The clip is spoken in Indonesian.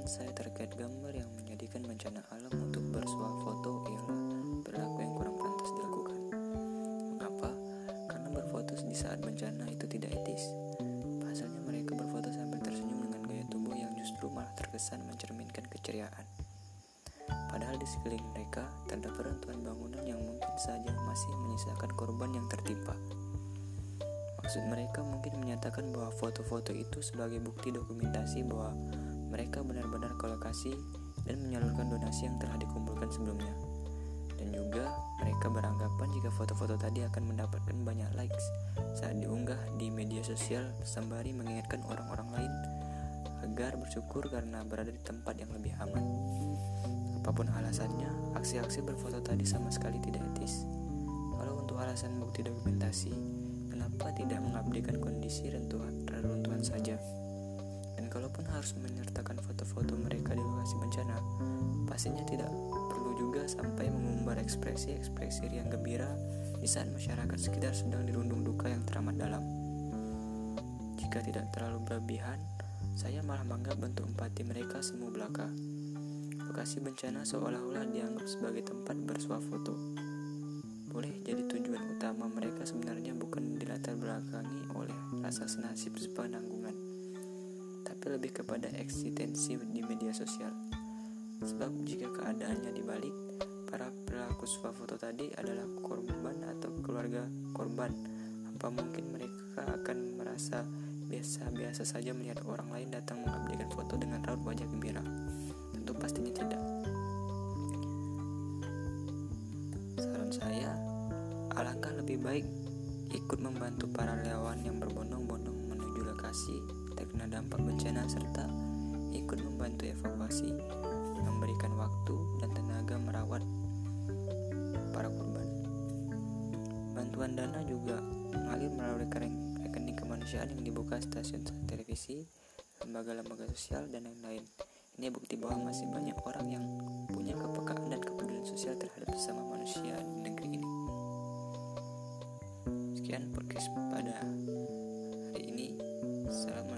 saya terkait gambar yang menjadikan bencana alam untuk bersuah foto ialah perilaku yang kurang pantas dilakukan. Mengapa? Karena berfoto di saat bencana itu tidak etis. Pasalnya mereka berfoto sambil tersenyum dengan gaya tubuh yang justru malah terkesan mencerminkan keceriaan. Padahal di sekeliling mereka terdapat reruntuhan bangunan yang mungkin saja masih menyisakan korban yang tertimpa. Maksud mereka mungkin menyatakan bahwa foto-foto itu sebagai bukti dokumentasi bahwa mereka benar-benar ke lokasi dan menyalurkan donasi yang telah dikumpulkan sebelumnya. Dan juga mereka beranggapan jika foto-foto tadi akan mendapatkan banyak likes saat diunggah di media sosial, sembari mengingatkan orang-orang lain agar bersyukur karena berada di tempat yang lebih aman. Apapun alasannya, aksi-aksi berfoto tadi sama sekali tidak etis. Kalau untuk alasan bukti dokumentasi, kenapa tidak mengabaikan kondisi reruntuhan saja? Dan kalaupun harus menyertakan foto-foto mereka di lokasi bencana, pastinya tidak perlu juga sampai mengumbar ekspresi-ekspresi riang gembira di saat masyarakat sekitar sedang dirundung duka yang teramat dalam. Jika tidak terlalu berlebihan, saya malah menganggap bentuk empati mereka semu belaka. Lokasi bencana seolah-olah dianggap sebagai tempat bersuah foto. Boleh jadi tujuan utama mereka sebenarnya bukan dilatar belakangi oleh rasa senasib sepenanggungan, tapi lebih kepada eksistensi di media sosial. Sebab jika keadaannya dibalik, para pelaku swafoto tadi adalah korban atau keluarga korban, apa mungkin mereka akan merasa biasa-biasa saja melihat orang lain datang mengabadikan foto dengan raut wajah gembira? Tentu pastinya tidak. Saran saya, alangkah lebih baik ikut membantu para relawan yang berbondong-bondong menuju lokasi terkena dampak bencana serta ikut membantu evakuasi, memberikan waktu dan tenaga merawat para korban. Bantuan dana juga mengalir melalui rekening kemanusiaan yang dibuka stasiun televisi, lembaga-lembaga sosial, dan lain-lain. Ini bukti bahwa masih banyak orang yang punya kepekaan dan kepedulian sosial terhadap sesama manusia di negeri ini. Sekian podcast pada hari ini. Selamat